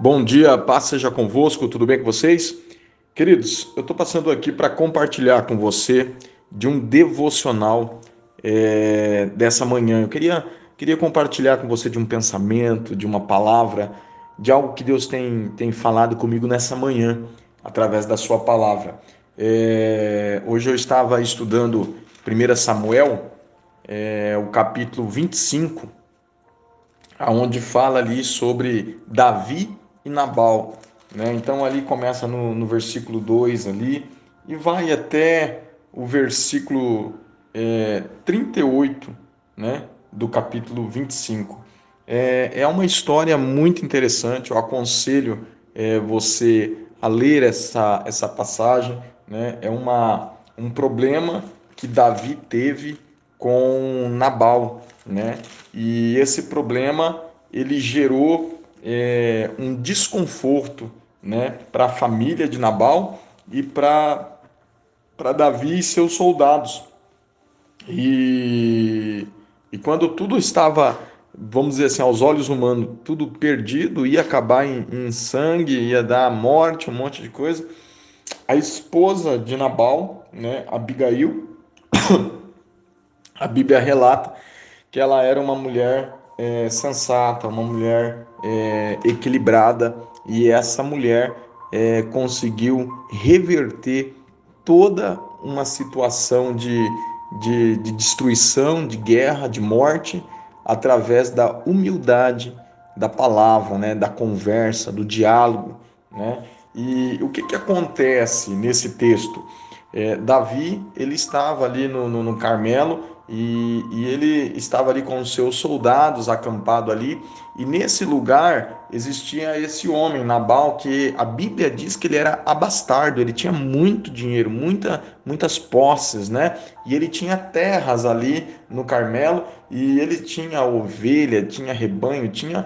Bom dia, paz seja convosco, tudo bem com vocês? Queridos, eu estou passando aqui para compartilhar com você de um devocional dessa manhã. Eu queria compartilhar com você de um pensamento, de uma palavra, de algo que Deus tem falado comigo nessa manhã, através da sua palavra. Hoje eu estava estudando 1 Samuel, o capítulo 25, aonde fala ali sobre Davi e Nabal, né? Então ali começa no versículo 2 ali e vai até o versículo 38, né, do capítulo 25. É uma história muito interessante, eu aconselho você a ler essa passagem, né? Um problema que Davi teve com Nabal, né? E esse problema ele gerou um desconforto, né, para a família de Nabal e para Davi e seus soldados. E, e quando tudo estava, vamos dizer assim, aos olhos humanos, tudo perdido, ia acabar em sangue, ia dar morte, um monte de coisa. A esposa de Nabal, né, Abigail, a Bíblia relata que ela era uma mulher sensata, uma mulher equilibrada, e essa mulher conseguiu reverter toda uma situação de destruição, de guerra, de morte, através da humildade da palavra, né, da conversa, do diálogo, né? E o que acontece nesse texto? Davi, ele estava ali no Carmelo e ele estava ali com os seus soldados acampado ali, e nesse lugar existia esse homem, Nabal, que a Bíblia diz que ele era abastardo, ele tinha muito dinheiro, muitas posses, né? E ele tinha terras ali no Carmelo, e ele tinha ovelha, tinha rebanho, tinha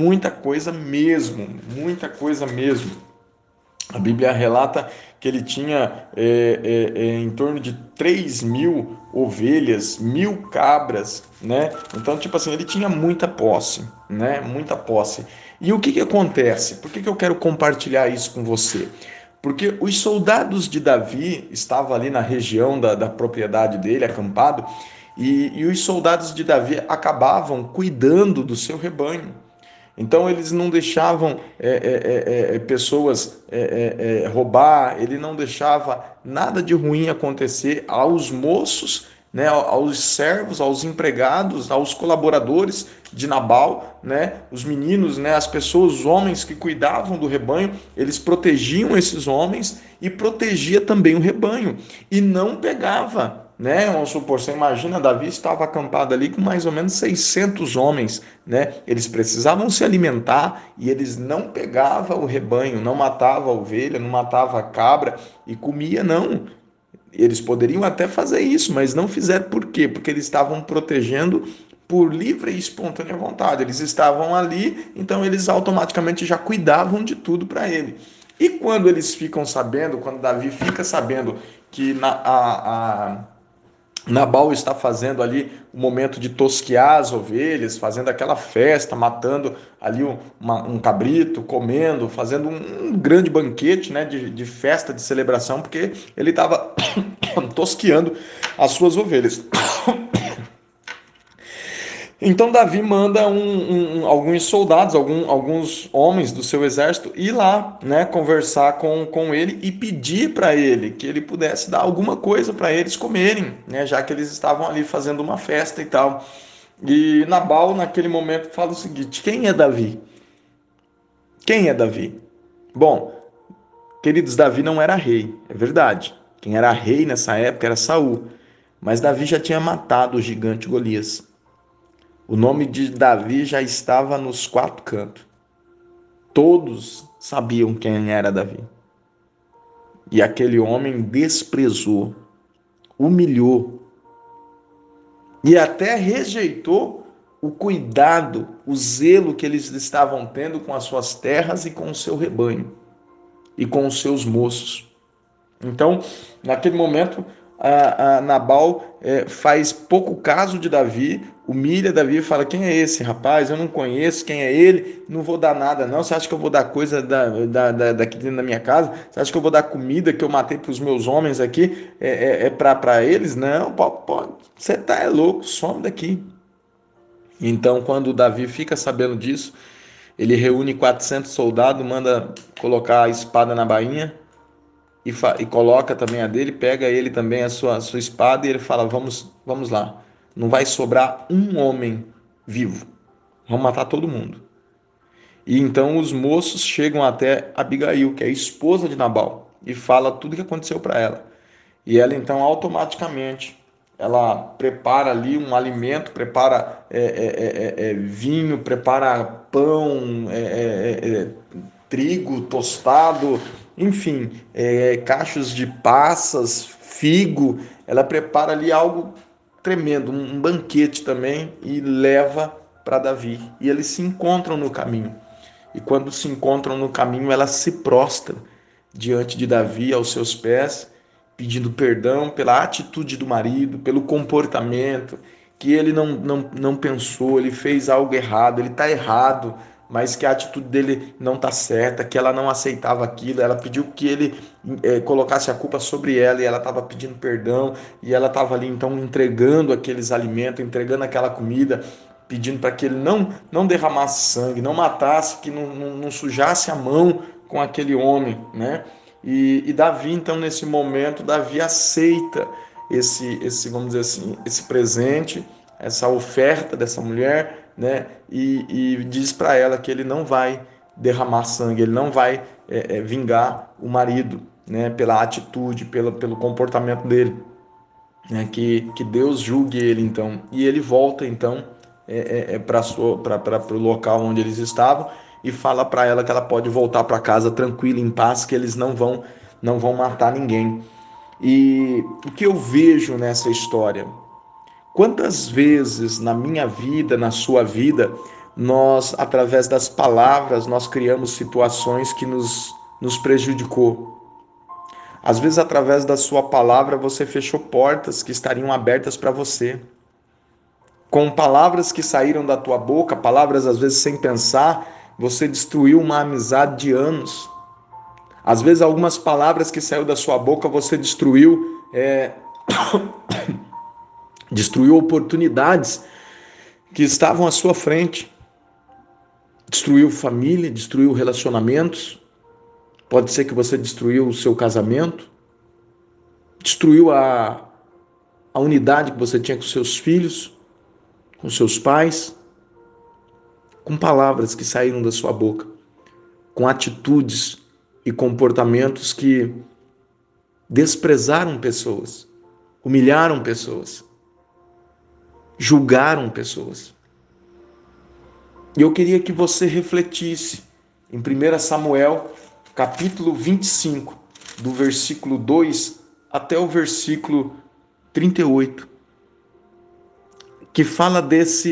muita coisa mesmo. A Bíblia relata que ele tinha em torno de 3.000 ovelhas, 1.000 cabras, né? Então, tipo assim, ele tinha muita posse, né? Muita posse. E o que acontece? Por que eu quero compartilhar isso com você? Porque os soldados de Davi estavam ali na região da propriedade dele, acampado, e os soldados de Davi acabavam cuidando do seu rebanho. Então eles não deixavam pessoas roubar, ele não deixava nada de ruim acontecer aos moços, né, aos servos, aos empregados, aos colaboradores de Nabal, né, os meninos, né, as pessoas, os homens que cuidavam do rebanho, eles protegiam esses homens e protegia também o rebanho e não pegava, né? Vamos supor, você imagina, Davi estava acampado ali com mais ou menos 600 homens, né? Eles precisavam se alimentar e eles não pegavam o rebanho, não matava a ovelha, não matava a cabra e comia, não. Eles poderiam até fazer isso, mas não fizeram por quê? Porque eles estavam protegendo por livre e espontânea vontade. Eles estavam ali, então eles automaticamente já cuidavam de tudo para ele. E quando eles ficam sabendo, quando Davi fica sabendo que Nabal está fazendo ali o momento de tosquear as ovelhas, fazendo aquela festa, matando ali um cabrito, comendo, fazendo um grande banquete, né, de festa, de celebração, porque ele estava tosqueando as suas ovelhas. Então Davi manda alguns soldados, alguns homens do seu exército ir lá, né, conversar com ele e pedir para ele que ele pudesse dar alguma coisa para eles comerem, né, já que eles estavam ali fazendo uma festa e tal. E Nabal, naquele momento, fala o seguinte: quem é Davi? Quem é Davi? Bom, queridos, Davi não era rei, é verdade. Quem era rei nessa época era Saul. Mas Davi já tinha matado o gigante Golias. O nome de Davi já estava nos quatro cantos. Todos sabiam quem era Davi. E aquele homem desprezou, humilhou e até rejeitou o cuidado, o zelo que eles estavam tendo com as suas terras e com o seu rebanho e com os seus moços. Então, naquele momento, Nabal faz pouco caso de Davi, humilha Davi e fala: quem é esse rapaz? Eu não conheço, quem é ele? Não vou dar nada, não. Você acha que eu vou dar coisa daqui dentro da minha casa? Você acha que eu vou dar comida que eu matei para os meus homens aqui? Para eles? Não, pode, você tá louco, some daqui. Então, quando Davi fica sabendo disso, ele reúne 400 soldados, manda colocar a espada na bainha e coloca também a dele, pega ele também a sua espada e ele fala: vamos lá, não vai sobrar um homem vivo, vamos matar todo mundo. E então os moços chegam até Abigail, que é a esposa de Nabal, e fala tudo o que aconteceu para ela. E ela então automaticamente ela prepara ali um alimento, prepara vinho, prepara pão, trigo tostado, enfim, cachos de passas, figo. Ela prepara ali algo tremendo, um banquete também e leva para Davi. E eles se encontram no caminho. E quando se encontram no caminho, ela se prostra diante de Davi, aos seus pés, pedindo perdão pela atitude do marido, pelo comportamento, que ele não pensou, ele fez algo errado, ele está errado, mas que a atitude dele não está certa, que ela não aceitava aquilo, ela pediu que ele colocasse a culpa sobre ela e ela estava pedindo perdão e ela estava ali então entregando aqueles alimentos, entregando aquela comida, pedindo para que ele não derramasse sangue, não matasse, que não sujasse a mão com aquele homem, né? E Davi, então, nesse momento, Davi aceita vamos dizer assim, esse presente, essa oferta dessa mulher, né? E diz para ela que ele não vai derramar sangue, ele não vai vingar o marido, né? Pela atitude, pelo comportamento dele, né? Que Deus julgue ele, então. E ele volta, então, para o local onde eles estavam e fala para ela que ela pode voltar para casa tranquila, em paz, que eles não vão matar ninguém. E o que eu vejo nessa história? Quantas vezes na minha vida, na sua vida, nós, através das palavras, nós criamos situações que nos prejudicou? Às vezes, através da sua palavra, você fechou portas que estariam abertas para você. Com palavras que saíram da tua boca, palavras às vezes sem pensar, você destruiu uma amizade de anos. Às vezes, algumas palavras que saíram da sua boca, você destruiu oportunidades que estavam à sua frente. Destruiu família, destruiu relacionamentos. Pode ser que você destruiu o seu casamento, destruiu a unidade que você tinha com seus filhos, com seus pais, com palavras que saíram da sua boca, com atitudes e comportamentos que desprezaram pessoas, humilharam pessoas, julgaram pessoas. E eu queria que você refletisse em 1 Samuel, capítulo 25, do versículo 2 até o versículo 38, que fala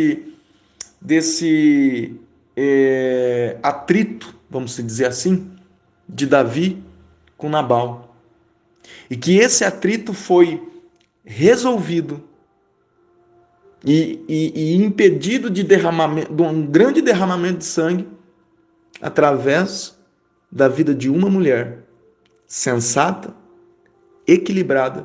desse atrito, vamos dizer assim, de Davi com Nabal. E que esse atrito foi resolvido e impedido de um grande derramamento de sangue através da vida de uma mulher sensata, equilibrada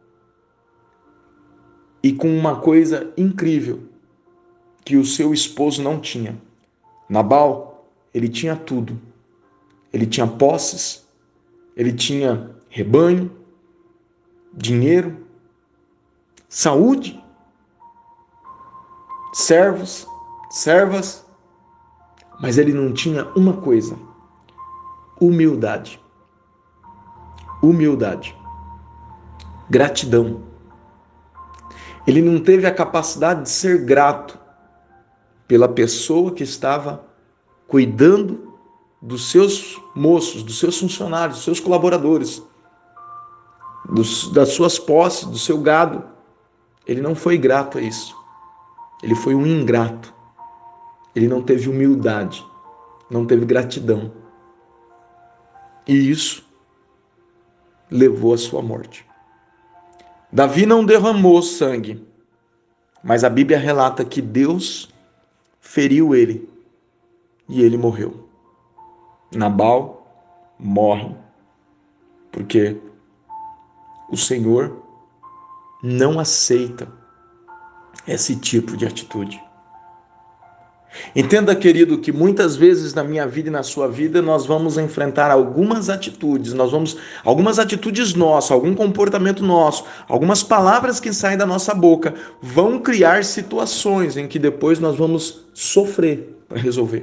e com uma coisa incrível que o seu esposo não tinha. Nabal, ele tinha tudo. Ele tinha posses, ele tinha rebanho, dinheiro, saúde, servos, servas, mas ele não tinha uma coisa: humildade. Humildade, gratidão. Ele não teve a capacidade de ser grato pela pessoa que estava cuidando dos seus moços, dos seus funcionários, dos seus colaboradores, das suas posses, do seu gado. Ele não foi grato a isso. Ele foi um ingrato. Ele não teve humildade, não teve gratidão. E isso levou à sua morte. Davi não derramou sangue. Mas a Bíblia relata que Deus feriu ele e ele morreu. Nabal morre porque o Senhor não aceita esse tipo de atitude. Entenda, querido, que muitas vezes na minha vida e na sua vida nós vamos enfrentar algumas atitudes, algumas atitudes nossas, algum comportamento nosso, algumas palavras que saem da nossa boca vão criar situações em que depois nós vamos sofrer para resolver.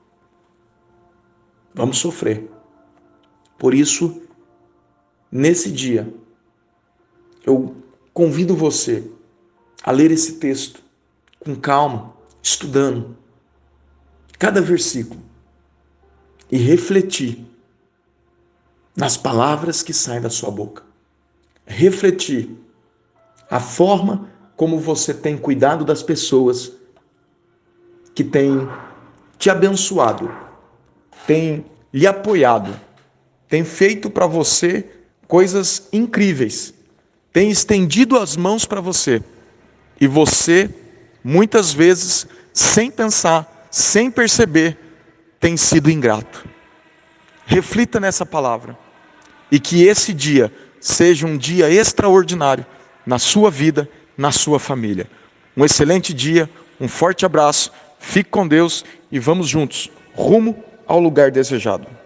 Vamos sofrer. Por isso, nesse dia, eu convido você a ler esse texto com calma, estudando cada versículo e refletir nas palavras que saem da sua boca. Refletir a forma como você tem cuidado das pessoas que têm te abençoado, têm lhe apoiado, têm feito para você coisas incríveis, têm estendido as mãos para você e você, muitas vezes, sem pensar, sem perceber, tem sido ingrato. Reflita nessa palavra e que esse dia seja um dia extraordinário na sua vida, na sua família. Um excelente dia, um forte abraço, fique com Deus e vamos juntos, rumo ao lugar desejado.